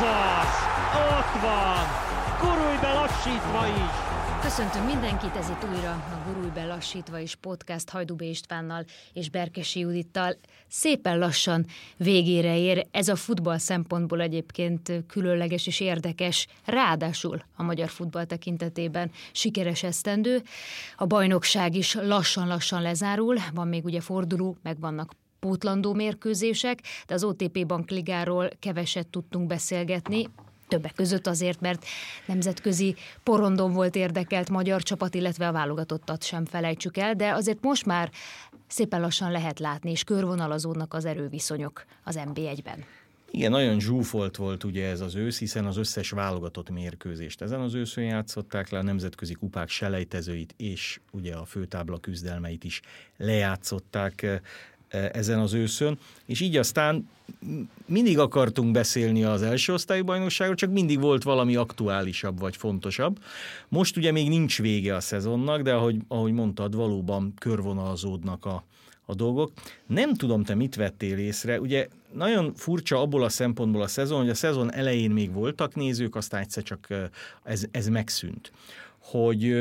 az! Ott van! Gurulj be lassítva is! Köszöntöm mindenkit, ez itt újra a Gurulj be lassítva is podcast Hajdú B. Istvánnal és Berkesi Judittal. Szépen lassan végére ér, ez a futball szempontból egyébként különleges és érdekes, ráadásul a magyar futball tekintetében sikeres esztendő. A bajnokság is lassan-lassan lezárul, van még ugye forduló, meg vannak pótlandó mérkőzések, de az OTP Bankligáról keveset tudtunk beszélgetni, többek között azért, mert nemzetközi porondon volt érdekelt magyar csapat, illetve a válogatottat sem felejtsük el, de azért most már szépen lassan lehet látni, és körvonalazódnak az erőviszonyok az NB1-ben. Igen, nagyon zsúfolt volt ugye ez az ősz, hiszen az összes válogatott mérkőzést ezen az őszön játszották le, a nemzetközi kupák selejtezőit és ugye a főtábla küzdelmeit is lejátszották ezen az őszön, és így aztán mindig akartunk beszélni az első osztályú bajnokságról, csak mindig volt valami aktuálisabb vagy fontosabb. Most ugye még nincs vége a szezonnak, de ahogy mondtad, valóban körvonalazódnak a dolgok. Nem tudom, te mit vettél észre, ugye nagyon furcsa abból a szempontból a szezon, hogy a szezon elején még voltak nézők, aztán egyszer csak ez megszűnt. Hogy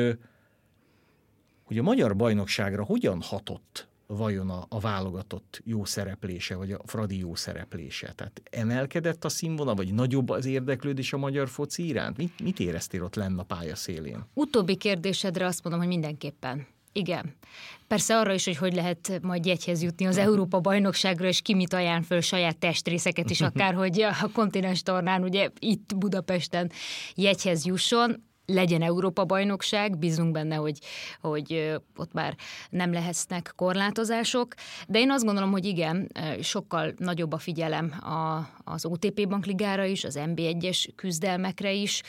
a magyar bajnokságra hogyan hatott vajon a válogatott jó szereplése, vagy a Fradi jó szereplése? Tehát emelkedett a színvonal, vagy nagyobb az érdeklődés a magyar foci iránt? Mit éreztél ott lenn a pályaszélén? Utóbbi kérdésedre azt mondom, hogy mindenképpen. Igen. Persze arra is, hogy lehet majd jegyhez jutni az Európa-bajnokságra, és ki mit ajánl föl saját testrészeket is, akár hogy a kontinens tornán, ugye itt Budapesten jegyhez jusson, legyen Európa-bajnokság, bízunk benne, hogy ott már nem lehetnek korlátozások, de én azt gondolom, hogy igen, sokkal nagyobb a figyelem az OTP Bankligára is, az NB1-es küzdelmekre is.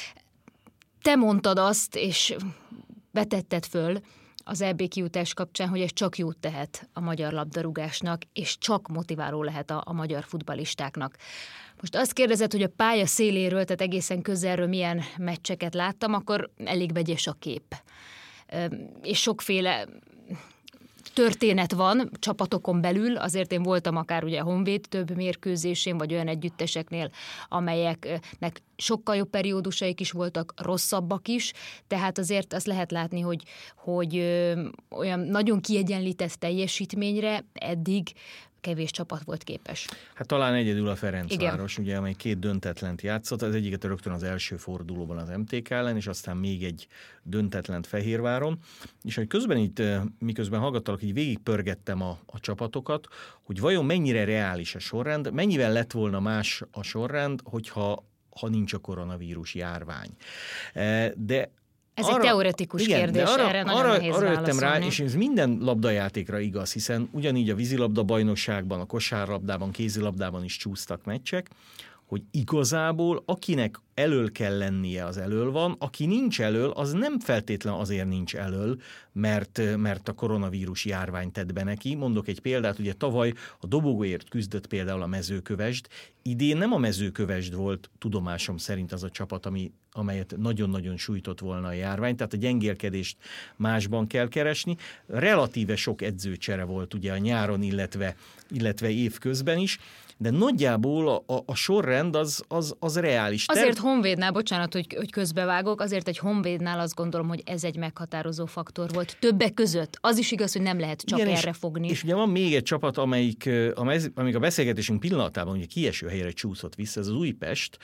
Te mondtad azt, és vetetted föl az EB kijutás kapcsán, hogy ez csak jót tehet a magyar labdarúgásnak, és csak motiváló lehet a magyar futballistáknak. Most azt kérdezed, hogy a pálya széléről, tehát egészen közelről milyen meccseket láttam, akkor elég vegyes a kép. És sokféle történet van csapatokon belül, azért én voltam akár ugye a Honvéd több mérkőzésén, vagy olyan együtteseknél, amelyeknek sokkal jobb periódusaik is voltak, rosszabbak is, tehát azért azt lehet látni, hogy olyan nagyon kiegyenlített teljesítményre eddig kevés csapat volt képes. Hát talán egyedül a Ferencváros, ugye, amely 2 döntetlent játszott, az egyiket rögtön az első fordulóban az MTK ellen, és aztán még egy döntetlent Fehérváron. És hogy közben itt, miközben hallgattalak, így végigpörgettem a csapatokat, hogy vajon mennyire reális a sorrend, mennyivel lett volna más a sorrend, hogyha nincs a koronavírus járvány. De ez egy teoretikus kérdés, erre nagyon nehéz arra jöttem válaszolni. rá, és ez minden labdajátékra igaz, hiszen ugyanígy a vízilabda bajnokságban, a kosárlabdában, kézilabdában is csúsztak meccsek, hogy igazából akinek elöl kell lennie, az elöl van, aki nincs elöl, az nem feltétlen azért nincs elöl, mert a koronavírus járvány tett be neki. Mondok egy példát, ugye tavaly a dobogóért küzdött például a Mezőkövesd, idén nem a Mezőkövesd volt tudomásom szerint az a csapat, amelyet nagyon-nagyon sújtott volna a járvány, tehát a gyengélkedést másban kell keresni. Relatíve sok edzőcsere volt ugye a nyáron, illetve évközben is, de nagyjából a sorrend az reális. Azért Honvédnál, bocsánat, hogy közbevágok, azért egy Honvédnál azt gondolom, hogy ez egy meghatározó faktor volt. Többek között. Az is igaz, hogy nem lehet csak igen, erre fogni. És ugye van még egy csapat, amelyik a beszélgetésünk pillanatában ugye kieső helyre csúszott vissza, ez az Újpest,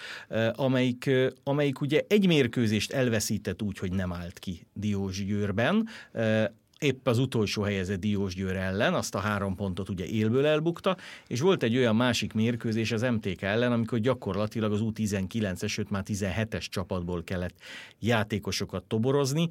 amelyik ugye egy mérkőzést elveszített úgy, hogy nem állt ki Diósgyőrben, épp az utolsó helyezett Diósgyőr ellen, azt a 3 pontot ugye élből elbukta, és volt egy olyan másik mérkőzés az MTK ellen, amikor gyakorlatilag az U19-es, sőt már 17-es csapatból kellett játékosokat toborozni,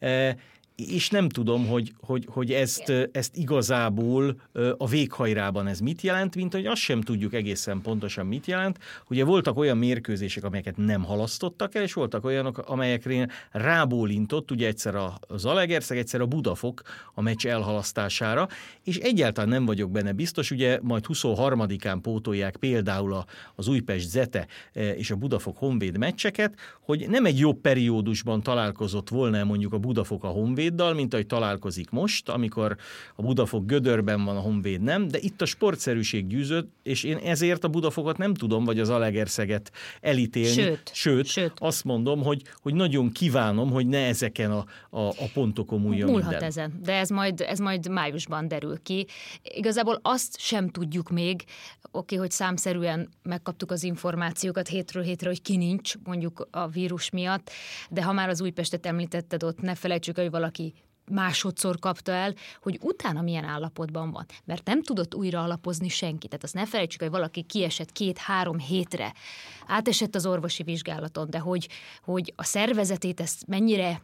és nem tudom, hogy ezt igazából a véghajrában ez mit jelent, mint hogy azt sem tudjuk egészen pontosan mit jelent. Ugye voltak olyan mérkőzések, amelyeket nem halasztottak el, és voltak olyanok, amelyekre rábólintott, ugye egyszer a Zalaegerszeg, egyszer a Budafok a meccs elhalasztására, és egyáltalán nem vagyok benne biztos, ugye majd 23-án pótolják például az Újpest Zete és a Budafok Honvéd meccseket, hogy nem egy jobb periódusban találkozott volna mondjuk a Budafok a Honvéd, Honvéddal, mint ahogy találkozik most, amikor a Budafok gödörben van, a Honvéd nem, de itt a sportszerűség győzött, és én ezért a Budafokot nem tudom, vagy az Zalaegerszeget elítélni. Sőt, azt mondom, hogy nagyon kívánom, hogy ne ezeken a pontokon múljon múlhat minden. Ezen, de ez majd májusban derül ki. Igazából azt sem tudjuk még, hogy számszerűen megkaptuk az információkat hétről hétre, hogy ki nincs, mondjuk a vírus miatt, de ha már az Újpestet említetted, ott ne felejtsük, hogy valaki másodszor kapta el, hogy utána milyen állapotban van. Mert nem tudott újra alapozni senki. Tehát azt ne felejtsük, hogy valaki kiesett 2-3 hétre, átesett az orvosi vizsgálaton, de hogy a szervezetét ezt mennyire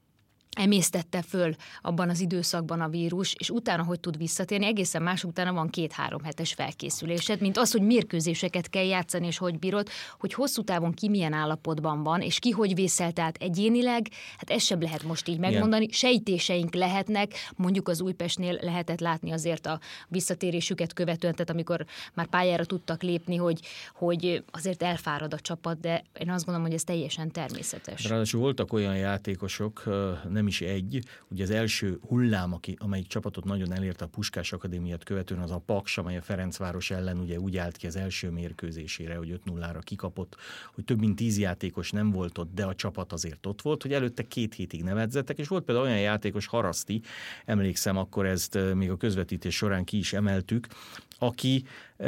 emésztette föl abban az időszakban a vírus, és utána hogy tud visszatérni, egészen más utána van 2-3 hetes felkészülésed, mint az, hogy mérkőzéseket kell játszani, és hogy bírod, hogy hosszú távon ki milyen állapotban van, és ki hogy vészelt át egyénileg, hát ezt sem lehet most így megmondani. Igen. Sejtéseink lehetnek, mondjuk az Újpestnél lehetett látni azért a visszatérésüket követően, tehát amikor már pályára tudtak lépni, hogy azért elfárad a csapat, de én azt gondolom, hogy ez teljesen természetes. Ráadásul voltak olyan játékosok, nem is egy, ugye az első hullám, amelyik csapatot nagyon elérte a Puskás Akadémiát követően, az a Paks, amely a Ferencváros ellen ugye úgy állt ki az első mérkőzésére, hogy 5-0-ra kikapott, hogy több mint 10 játékos nem volt ott, de a csapat azért ott volt, hogy előtte 2 hétig nem edzettek, és volt például olyan játékos, Haraszti, emlékszem, akkor ezt még a közvetítés során ki is emeltük, aki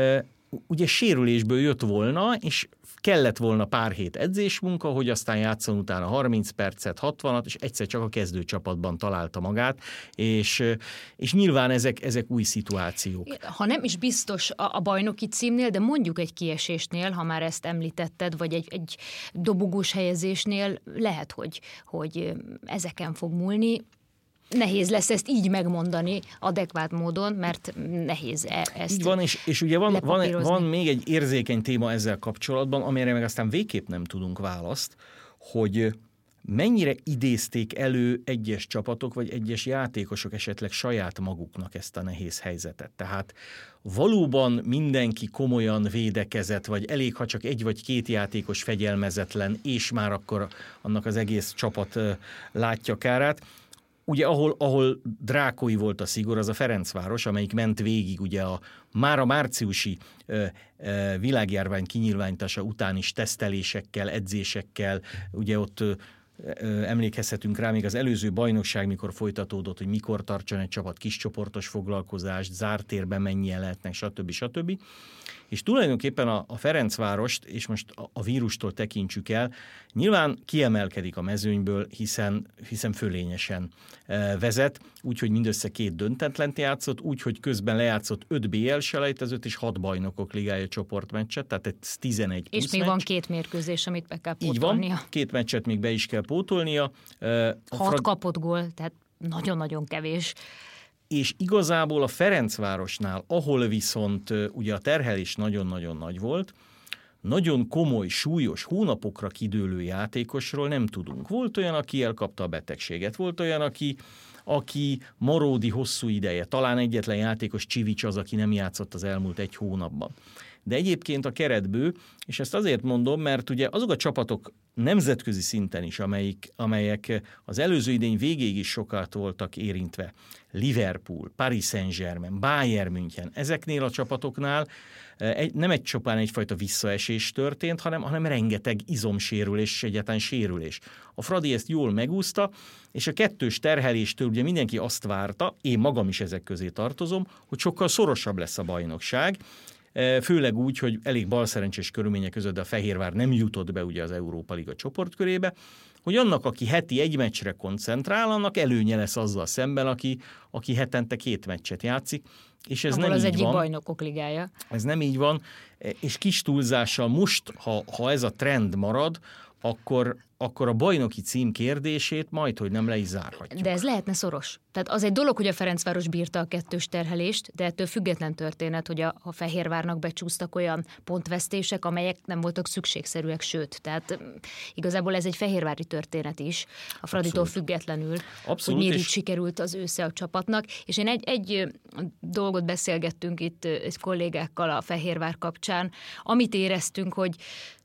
ugye sérülésből jött volna, és kellett volna pár hét edzésmunka, hogy aztán játszon utána 30 percet, 60-at, és egyszer csak a kezdőcsapatban találta magát, és nyilván ezek új szituációk. Ha nem is biztos a bajnoki címnél, de mondjuk egy kiesésnél, ha már ezt említetted, vagy egy dobogós helyezésnél lehet, hogy ezeken fog múlni. Nehéz lesz ezt így megmondani adekvát módon, mert nehéz ezt így van, és ugye van még egy érzékeny téma ezzel kapcsolatban, amire meg aztán végképp nem tudunk választ, hogy mennyire idézték elő egyes csapatok, vagy egyes játékosok esetleg saját maguknak ezt a nehéz helyzetet. Tehát valóban mindenki komolyan védekezett, vagy elég, ha csak 1 vagy 2 játékos fegyelmezetlen, és már akkor annak az egész csapat látja kárát. Ugye ahol drákói volt a szigor, az a Ferencváros, amelyik ment végig ugye már a márciusi világjárvány kinyilvánítása után is tesztelésekkel, edzésekkel, ugye ott emlékezhetünk rá még az előző bajnokság, mikor folytatódott, hogy mikor tartson egy csapat kiscsoportos foglalkozást, zárt térben mennyien lehetnek, stb. És tulajdonképpen a Ferencvárost, és most a vírustól tekintsük el, nyilván kiemelkedik a mezőnyből, hiszen fölényesen vezet, úgyhogy mindössze 2 döntetlent játszott, úgyhogy közben lejátszott 5 BL-selejtezőt és 6 bajnokok ligája csoportmeccset, tehát ez 11 plusz és még meccs. Van 2 mérkőzés, amit be kell pótolnia. Így van, 2 meccset még be is kell pótolnia. 6 kapott gól, tehát nagyon-nagyon kevés. És igazából a Ferencvárosnál, ahol viszont ugye a terhelés nagyon-nagyon nagy volt, nagyon komoly, súlyos, hónapokra kidőlő játékosról nem tudunk. Volt olyan, aki elkapta a betegséget, volt olyan, aki maródi hosszú ideje, talán egyetlen játékos, Csivics az, aki nem játszott az elmúlt 1 hónapban. De egyébként a keretből, és ezt azért mondom, mert ugye azok a csapatok nemzetközi szinten is, amelyek az előző idény végéig is sokat voltak érintve, Liverpool, Paris Saint-Germain, Bayern München, ezeknél a csapatoknál nem csupán egyfajta visszaesés történt, hanem rengeteg izomsérülés és egyáltalán sérülés. A Fradi ezt jól megúszta, és a 2 terheléstől ugye mindenki azt várta, én magam is ezek közé tartozom, hogy sokkal szorosabb lesz a bajnokság, főleg úgy, hogy elég balszerencsés körülmények között, de a Fehérvár nem jutott be ugye az Európa Liga csoportkörébe, hogy annak, aki heti 1 meccsre koncentrál, annak előnye lesz azzal szemben, aki hetente 2 meccset játszik, és ez ahol nem az így egyik van. bajnokok ligája. Ez nem így van, és kis túlzással most, ha ez a trend marad, akkor a bajnoki cím kérdését majdhogy nem le is zárhatjuk. De ez lehetne szoros. Tehát az egy dolog, hogy a Ferencváros bírta a 2 terhelést, de ettől független történet, hogy a Fehérvárnak becsúsztak olyan pontvesztések, amelyek nem voltak szükségszerűek, sőt. Tehát igazából ez egy fehérvári történet is, a Fraditól függetlenül, hogy miért így sikerült az ősze a csapatnak. És én egy dolgot beszélgettünk itt kollégákkal a Fehérvár kapcsán, amit éreztünk, hogy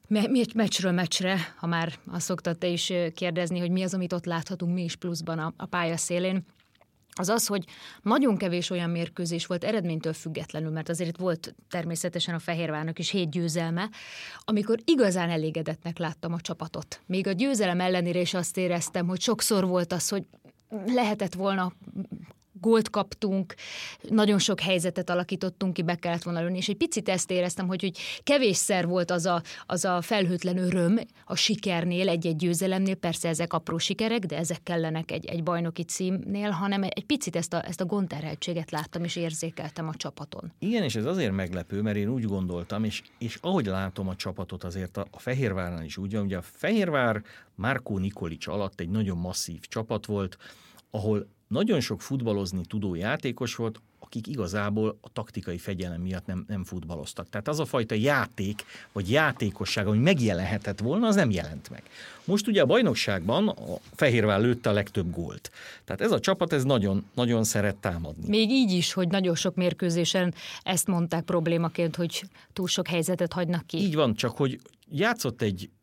Meccsről meccsre, ha már azt szoktad te is kérdezni, hogy mi az, amit ott láthatunk mi is pluszban a pályaszélén, az, hogy nagyon kevés olyan mérkőzés volt eredménytől függetlenül, mert azért itt volt természetesen a Fehérvárnak is 7 győzelme, amikor igazán elégedettnek láttam a csapatot. Még a győzelem ellenére is azt éreztem, hogy sokszor volt az, hogy lehetett volna, gólt kaptunk, nagyon sok helyzetet alakítottunk ki, be kellett volna lőni, és egy picit ezt éreztem, hogy kevésszer volt az a felhőtlen öröm a sikernél, egy-egy győzelemnél, persze ezek apró sikerek, de ezek kellenek egy bajnoki címnél, hanem egy picit ezt a gondterheltséget láttam és érzékeltem a csapaton. Igen, és ez azért meglepő, mert én úgy gondoltam, és ahogy látom a csapatot, azért a Fehérvárnál is úgy van, ugye a Fehérvár Márkó Nikolics alatt egy nagyon masszív csapat volt, ahol nagyon sok futballozni tudó játékos volt, akik igazából a taktikai fegyelem miatt nem futballoztak. Tehát az a fajta játék, vagy játékosság, ami megjelenhetett volna, az nem jelent meg. Most ugye a bajnokságban a Fehérvár lőtte a legtöbb gólt. Tehát ez a csapat, ez nagyon, nagyon szeret támadni. Még így is, hogy nagyon sok mérkőzésen ezt mondták problémaként, hogy túl sok helyzetet hagynak ki. Így van, csak hogy játszott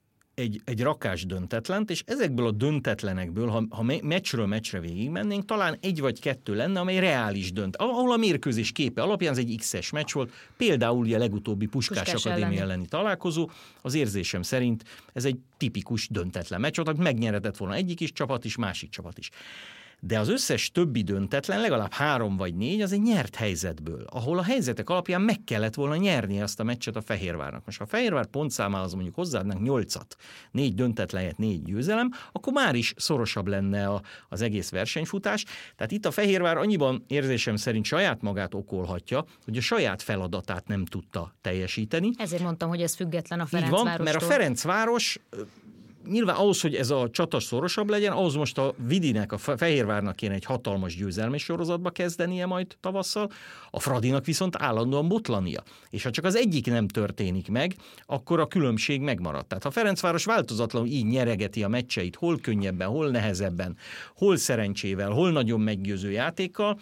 egy rakás döntetlent, és ezekből a döntetlenekből, ha meccsről meccsre végigmennénk, talán egy vagy kettő lenne, amely reális dönt. Ahol a mérkőzés képe alapján ez egy X-es meccs volt, például a legutóbbi Puskás Akadémia elleni találkozó, az érzésem szerint ez egy tipikus döntetlen meccs volt, amit megnyerhetett volna egyik is csapat is, másik csapat is. De az összes többi döntetlen, legalább 3 vagy 4, az egy nyert helyzetből, ahol a helyzetek alapján meg kellett volna nyerni azt a meccset a Fehérvárnak. Most ha a Fehérvár pontszámához mondjuk hozzáadnánk 8-at, 4 döntetlenet, 4 győzelem, akkor már is szorosabb lenne az egész versenyfutás. Tehát itt a Fehérvár annyiban érzésem szerint saját magát okolhatja, hogy a saját feladatát nem tudta teljesíteni. Ezért mondtam, hogy ez független a Ferencvárostól. Így van, mert a Ferencváros nyilván ahhoz, hogy ez a csata szorosabb legyen, ahhoz most a Vidinek, a Fehérvárnak kéne egy hatalmas győzelmi sorozatba kezdenie majd tavasszal, a Fradinak viszont állandóan botlania. És ha csak az egyik nem történik meg, akkor a különbség megmarad. Tehát ha Ferencváros változatlanul így nyeregeti a meccseit, hol könnyebben, hol nehezebben, hol szerencsével, hol nagyon meggyőző játékkal,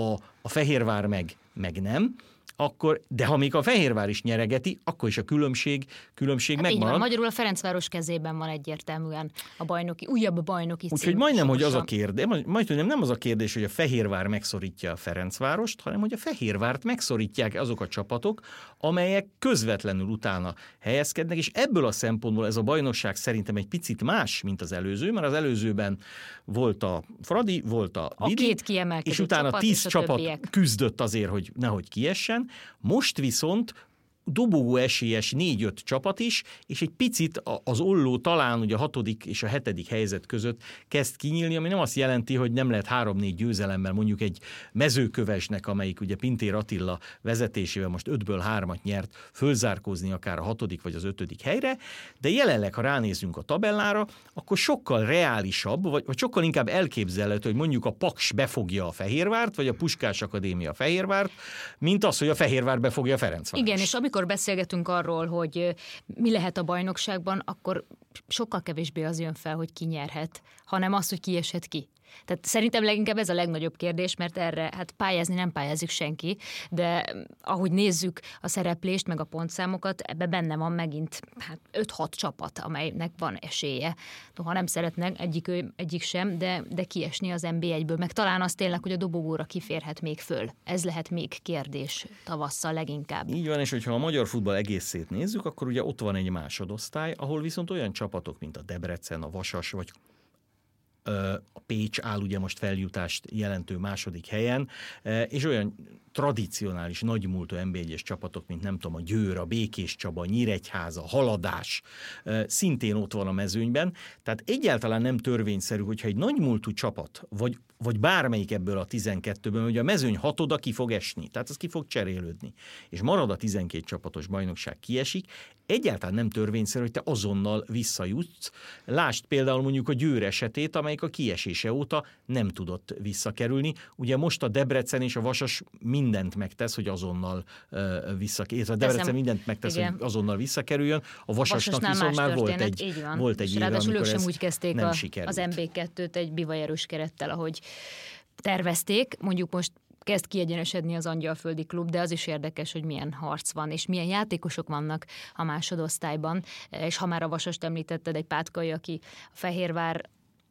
a Fehérvár meg nem, akkor, de ha még a Fehérvár is nyeregeti, akkor is a különbség megmarad. Így van, magyarul a Ferencváros kezében van egyértelműen a újabb bajnoki cím. Úgyhogy majdnem, hogy az a kérdés, majdnem nem az a kérdés, hogy a Fehérvár megszorítja a Ferencvárost, hanem hogy a Fehérvárt megszorítják azok a csapatok, amelyek közvetlenül utána helyezkednek, és ebből a szempontból ez a bajnokság szerintem egy picit más, mint az előző, mert az előzőben volt a Fradi, volt a Vidi, és utána 10 csapat küzdött azért, hogy nehogy kiessen. Most viszont dobogó esélyes 4-5 csapat is, és egy picit az olló talán ugye a 6. és a 7. helyzet között kezd kinyílni, ami nem azt jelenti, hogy nem lehet 3-4 győzelemmel mondjuk egy Mezőkövesnek, amelyik ugye Pintér Attila vezetésével most 5-ből 3-at nyert, fölzárkózni akár a 6. vagy az 5. helyre, de jelenleg, ha ránézünk a tabellára, akkor sokkal reálisabb, vagy sokkal inkább elképzelhető, hogy mondjuk a Paks befogja a Fehérvárt, vagy a Puskás Akadémia a Fehérvárt, mint az, hogy a Fehérvár befogja a Ferencvárost. Igen, és amikor beszélgetünk arról, hogy mi lehet a bajnokságban, akkor sokkal kevésbé az jön fel, hogy ki nyerhet, hanem az, hogy ki eshet ki. Tehát szerintem leginkább ez a legnagyobb kérdés, mert erre hát pályázni nem pályázik senki, de ahogy nézzük a szereplést, meg a pontszámokat, ebbe benne van megint 5-6 csapat, amelynek van esélye. Ha nem szeretnek egyik sem, de kiesni az NB1-ből, meg talán az tényleg, hogy a dobogóra kiférhet még föl. Ez lehet még kérdés tavasszal leginkább. Így van, és hogyha a magyar futball egészét nézzük, akkor ugye ott van egy másodosztály, ahol viszont olyan csapatok, mint a Debrecen, a Vasas, vagy a Pécs áll ugye most feljutást jelentő 2. helyen, és olyan tradicionális, nagymúltú NB1-es csapatok, mint nem tudom, a Győr, a Békéscsaba, Nyíregyháza, Haladás, szintén ott van a mezőnyben. Tehát egyáltalán nem törvényszerű, hogyha egy nagymúltú csapat, vagy bármelyik ebből a 12-ből, hogy a mezőny 6. ki fog esni, tehát az ki fog cserélődni, és marad a 12 csapatos bajnokság, kiesik, egyáltalán nem törvényszerű, hogy te azonnal visszajutsz. Lásd például mondjuk a Győr esetét, amelyik a kiesése óta nem tudott visszakerülni. Ugye most a Debrecen és a Vasas mindent megtesz, hogy azonnal visszakerüljön. A Debrecen mindent megtesz, igen, hogy azonnal visszakerüljön. A Vasasnak viszont már volt egy éve, ráadásul ők sem úgy kezdték nem az MB2-t egy bivajerős kerettel, ahogy tervezték. Mondjuk most kezd kiegyenesedni az Angyalföldi klub, de az is érdekes, hogy milyen harc van, és milyen játékosok vannak a másodosztályban, és ha már a Vasast említetted, egy Pátkai, aki a Fehérvár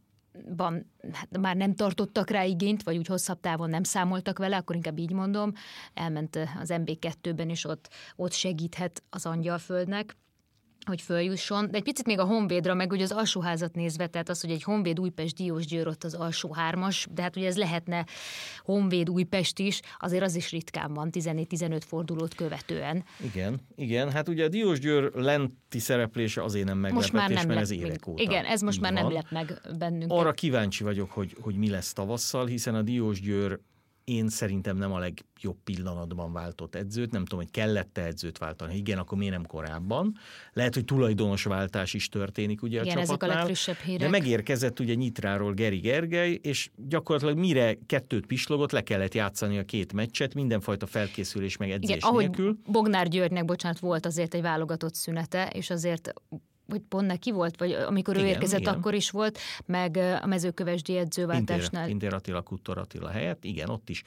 hát már nem tartottak rá igényt, vagy úgy hosszabb távon nem számoltak vele, akkor inkább így mondom, elment az MB2-ben, és ott segíthet az Angyalföldnek, hogy följusson. De egy picit még a Honvédra, meg ugye az alsóházat nézve, tehát az, hogy egy Honvéd Újpest Diósgyőr ott az alsó hármas, de hát ugye ez lehetne Honvéd Újpest is, azért az is ritkán van, 14-15 fordulót követően. Igen, hát ugye a Diósgyőr lenti szereplése azért nem meglepetés, mert ez évek óta. Igen, ez most már nem lep meg bennünket. Arra kíváncsi vagyok, hogy mi lesz tavasszal, hiszen a Diósgyőr én szerintem nem a legjobb pillanatban váltott edzőt, nem tudom, hogy kellett-e edzőt váltani. Igen, akkor miért nem korábban? Lehet, hogy tulajdonosváltás is történik ugye igen, a csapatnál. ezek a legfrissebb hírek. De megérkezett ugye Nyitráról Geri Gergely, és gyakorlatilag mire 2 pislogott, le kellett játszani a 2 meccset, mindenfajta felkészülés meg edzés nélkül. Ahogy Bognár Györgynek, bocsánat, volt azért egy válogatott szünete, és azért vagy pont neki volt, vagy amikor ő érkezett, akkor is volt, meg a mezőkövesdi edzőváltásnál. Pintér Attila, Kuttor Attila helyett, igen, ott is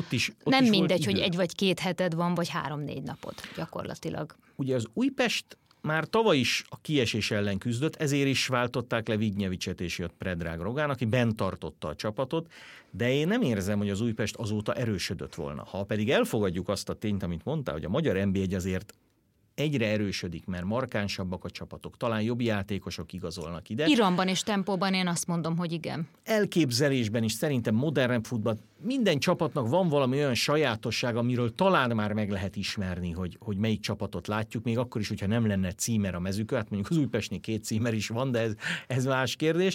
nem is mindegy, hogy 1 vagy 2 heted van, vagy 3-4 napot gyakorlatilag. Ugye az Újpest már tavaly is a kiesés ellen küzdött, ezért is váltották le Vignyevicset és jött Predrag Rogán, aki bent tartotta a csapatot, de én nem érzem, hogy az Újpest azóta erősödött volna. Ha pedig elfogadjuk azt a tényt, amit mondtál, hogy a magyar NB1 azért egyre erősödik, mert markánsabbak a csapatok, talán jobb játékosok igazolnak ide. Iramban és tempóban én azt mondom, hogy igen. Elképzelésben is szerintem modern futball, minden csapatnak van valami olyan sajátosság, amiről talán már meg lehet ismerni, hogy melyik csapatot látjuk, még akkor is, hogyha nem lenne címer a mezőkön, hát mondjuk az Újpestnél 2 címer is van, de ez más kérdés,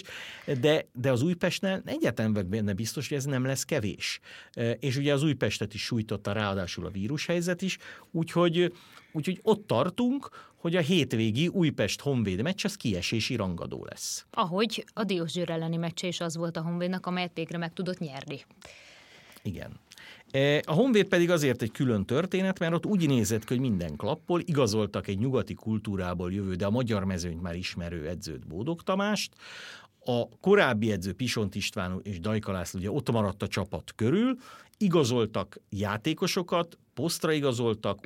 de az Újpestnél egyáltalán vagyok benne biztos, hogy ez nem lesz kevés. És ugye az Újpestet is sújtotta ráadásul a vírushelyzet is, úgyhogy ott tartunk, hogy a hétvégi Újpest-Honvéd meccs az kiesési rangadó lesz. Ahogy a Diósgyőr elleni meccse is az volt a Honvédnak, amelyet végre meg tudott nyerni. Igen. A Honvéd pedig azért egy külön történet, mert ott úgy nézett ki, hogy minden klappol, igazoltak egy nyugati kultúrából jövő, de a magyar mezőnyt már ismerő edzőt, Bódog Tamást. A korábbi edző Pisont István és Dajka László ugye ott maradt a csapat körül, igazoltak játékosokat, posztra igazoltak,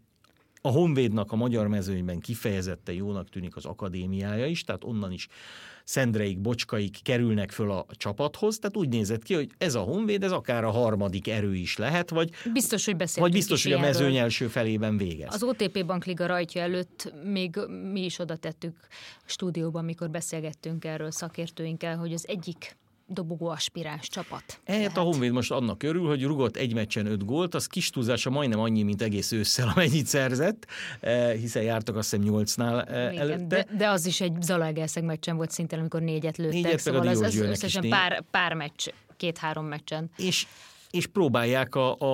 a Honvédnak a magyar mezőnyben kifejezetten jónak tűnik az akadémiája is, tehát onnan is Szendreik, Bocskaik kerülnek föl a csapathoz, tehát úgy nézett ki, hogy ez a Honvéd, ez akár a harmadik erő is lehet, vagy biztos, hogy hogy a mezőny első felében végez. Az OTP Bankliga rajtja előtt még mi is oda tettük a stúdióban, amikor beszélgettünk erről szakértőinkkel, hogy az egyik dobogó aspiráns csapat. A Honvéd most annak örül, hogy rugott egy meccsen 5 gólt, az kis túlzása majdnem annyi, mint egész ősszel, amennyit szerzett, hiszen jártak azt hiszem 8-nál előtte. De az is egy Zalaegerszeg meccsen volt szintén, amikor 4-et lőttek. 4-et, szóval az összesen pár meccs, 2-3 meccsen. És próbálják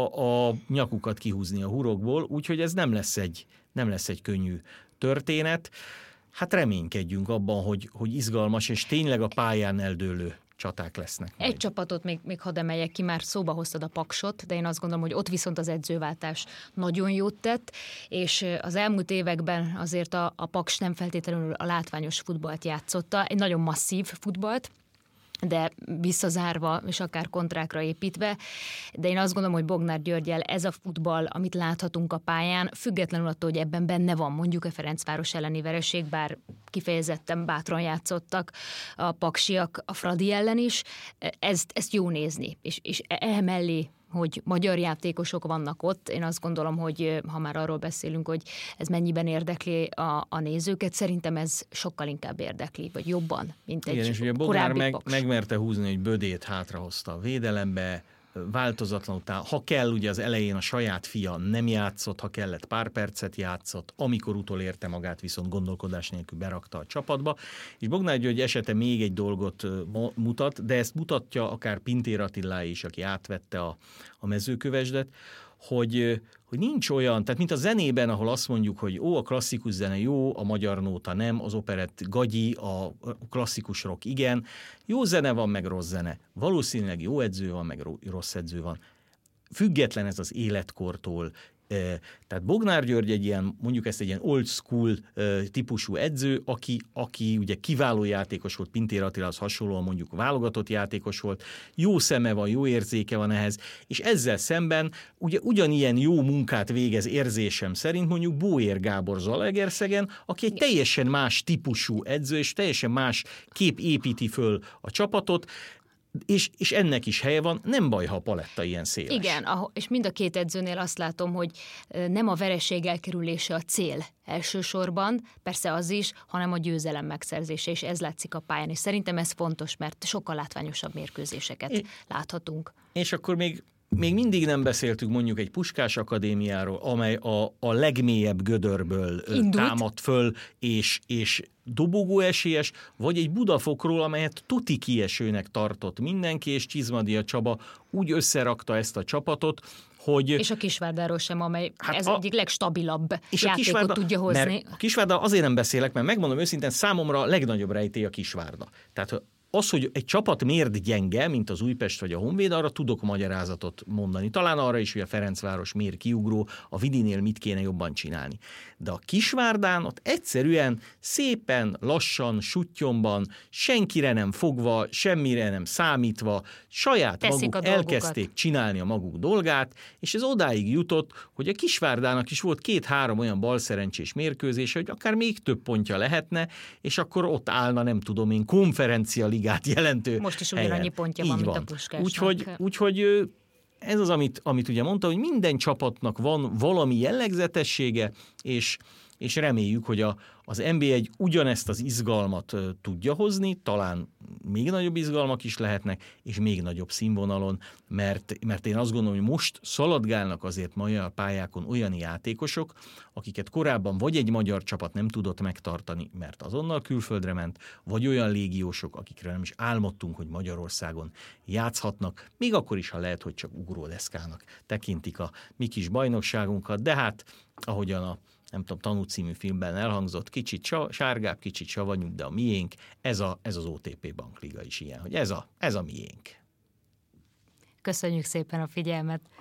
a nyakukat kihúzni a hurokból, úgyhogy ez nem lesz egy könnyű történet. Hát reménykedjünk abban, hogy izgalmas, és tényleg a pályán eldőlő csaták lesznek. Egy csapatot még hadd emeljek ki, már szóba hoztad a Paksot, de én azt gondolom, hogy ott viszont az edzőváltás nagyon jót tett, és az elmúlt években azért a Paks nem feltétlenül a látványos futballt játszotta, egy nagyon masszív futballt, de visszazárva, és akár kontrákra építve, de én azt gondolom, hogy Bognár Györggyel ez a futball, amit láthatunk a pályán, függetlenül attól, hogy ebben benne van mondjuk a Ferencváros elleni vereség, bár kifejezetten bátran játszottak a paksiak a Fradi ellen is, ezt jó nézni, és emellé, hogy magyar játékosok vannak ott. Én azt gondolom, hogy ha már arról beszélünk, hogy ez mennyiben érdekli a nézőket, szerintem ez sokkal inkább érdekli, vagy jobban, mint egy és ugye Bognár megmerte húzni, hogy Bödét hátrahozta a védelembe, változatlan után, ha kell, ugye az elején a saját fia nem játszott, ha kellett pár percet játszott, amikor utolérte magát, viszont gondolkodás nélkül berakta a csapatba. És Bognár György esete még egy dolgot mutat, de ezt mutatja akár Pintér Attilá is, aki átvette a mezőkövesdet, hogy nincs olyan, tehát mint a zenében, ahol azt mondjuk, hogy a klasszikus zene jó, a magyar nóta nem, az operett gagyi, a klasszikus rock igen, jó zene van, meg rossz zene. Valószínűleg jó edző van, meg rossz edző van. Független ez az életkortól, Tehát Bognár György egy ilyen, mondjuk ezt egy ilyen old school típusú edző, aki ugye kiváló játékos volt, Pintér Attilához hasonlóan mondjuk válogatott játékos volt, jó szeme van, jó érzéke van ehhez, és ezzel szemben ugye ugyanilyen jó munkát végez érzésem szerint mondjuk Bóér Gábor Zalaegerszegen, aki egy teljesen más típusú edző, és teljesen más kép építi föl a csapatot, és ennek is helye van, nem baj, ha a paletta ilyen széles. Igen, és mind a két edzőnél azt látom, hogy nem a vereség elkerülése a cél elsősorban, persze az is, hanem a győzelem megszerzése, és ez látszik a pályán, és szerintem ez fontos, mert sokkal látványosabb mérkőzéseket láthatunk. És akkor még mindig nem beszéltünk mondjuk egy Puskás Akadémiáról, amely a legmélyebb gödörből támad föl, és dobogó esélyes, vagy egy Budafokról, amelyet tuti kiesőnek tartott mindenki, és Csizmadia Csaba úgy összerakta ezt a csapatot, hogy... És a Kisvárdáról sem, amely ez egyik legstabilabb játékot tudja hozni. A Kisvárda azért nem beszélek, mert megmondom őszintén, számomra a legnagyobb rejtély a Kisvárda. Tehát az, hogy egy csapat miért gyenge, mint az Újpest vagy a Honvéd, arra tudok magyarázatot mondani. Talán arra is, hogy a Ferencváros miért kiugró, a Vidinél mit kéne jobban csinálni. De a Kisvárdán ott egyszerűen szépen, lassan, suttyomban, senkire nem fogva, semmire nem számítva, saját maguk elkezdték csinálni a maguk dolgát, és ez odáig jutott, hogy a Kisvárdának is volt 2-3 olyan balszerencsés mérkőzése, hogy akár még több pontja lehetne, és akkor ott állna, nem tudom én, konferencia ligát jelentő. Most is ugyanannyi pontja van, mint a Puskásnak. Úgyhogy ez az, amit ugye mondta, hogy minden csapatnak van valami jellegzetessége, és reméljük, hogy az NB1 ugyanezt az izgalmat tudja hozni, talán még nagyobb izgalmak is lehetnek, és még nagyobb színvonalon, mert én azt gondolom, hogy most szaladgálnak azért magyar pályákon olyan játékosok, akiket korábban vagy egy magyar csapat nem tudott megtartani, mert azonnal külföldre ment, vagy olyan légiósok, akikről nem is álmodtunk, hogy Magyarországon játszhatnak, még akkor is, ha lehet, hogy csak ugródeszkának tekintik a mi kis bajnokságunkat, de hát ahogyan a nem tudom, Tanú című filmben elhangzott, kicsit sárgább, kicsit savanyúbb, de a miénk, ez az OTP Bankliga is ilyen, hogy ez a miénk. Köszönjük szépen a figyelmet!